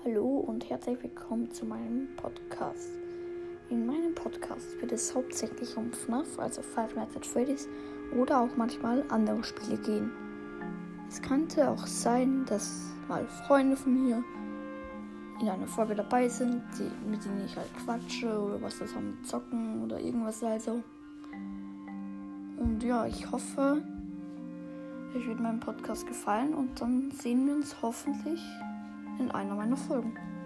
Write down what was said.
Hallo und herzlich willkommen zu meinem Podcast. In meinem Podcast wird es hauptsächlich um FNAF, also Five Nights at Freddy's, oder auch manchmal andere Spiele gehen. Es könnte auch sein, dass mal Freunde von mir in einer Folge dabei sind, mit denen ich halt quatsche oder was zusammen zocken oder irgendwas also. Und ja, ich hoffe, euch wird mein Podcast gefallen und dann sehen wir uns hoffentlich in einer meiner Folgen.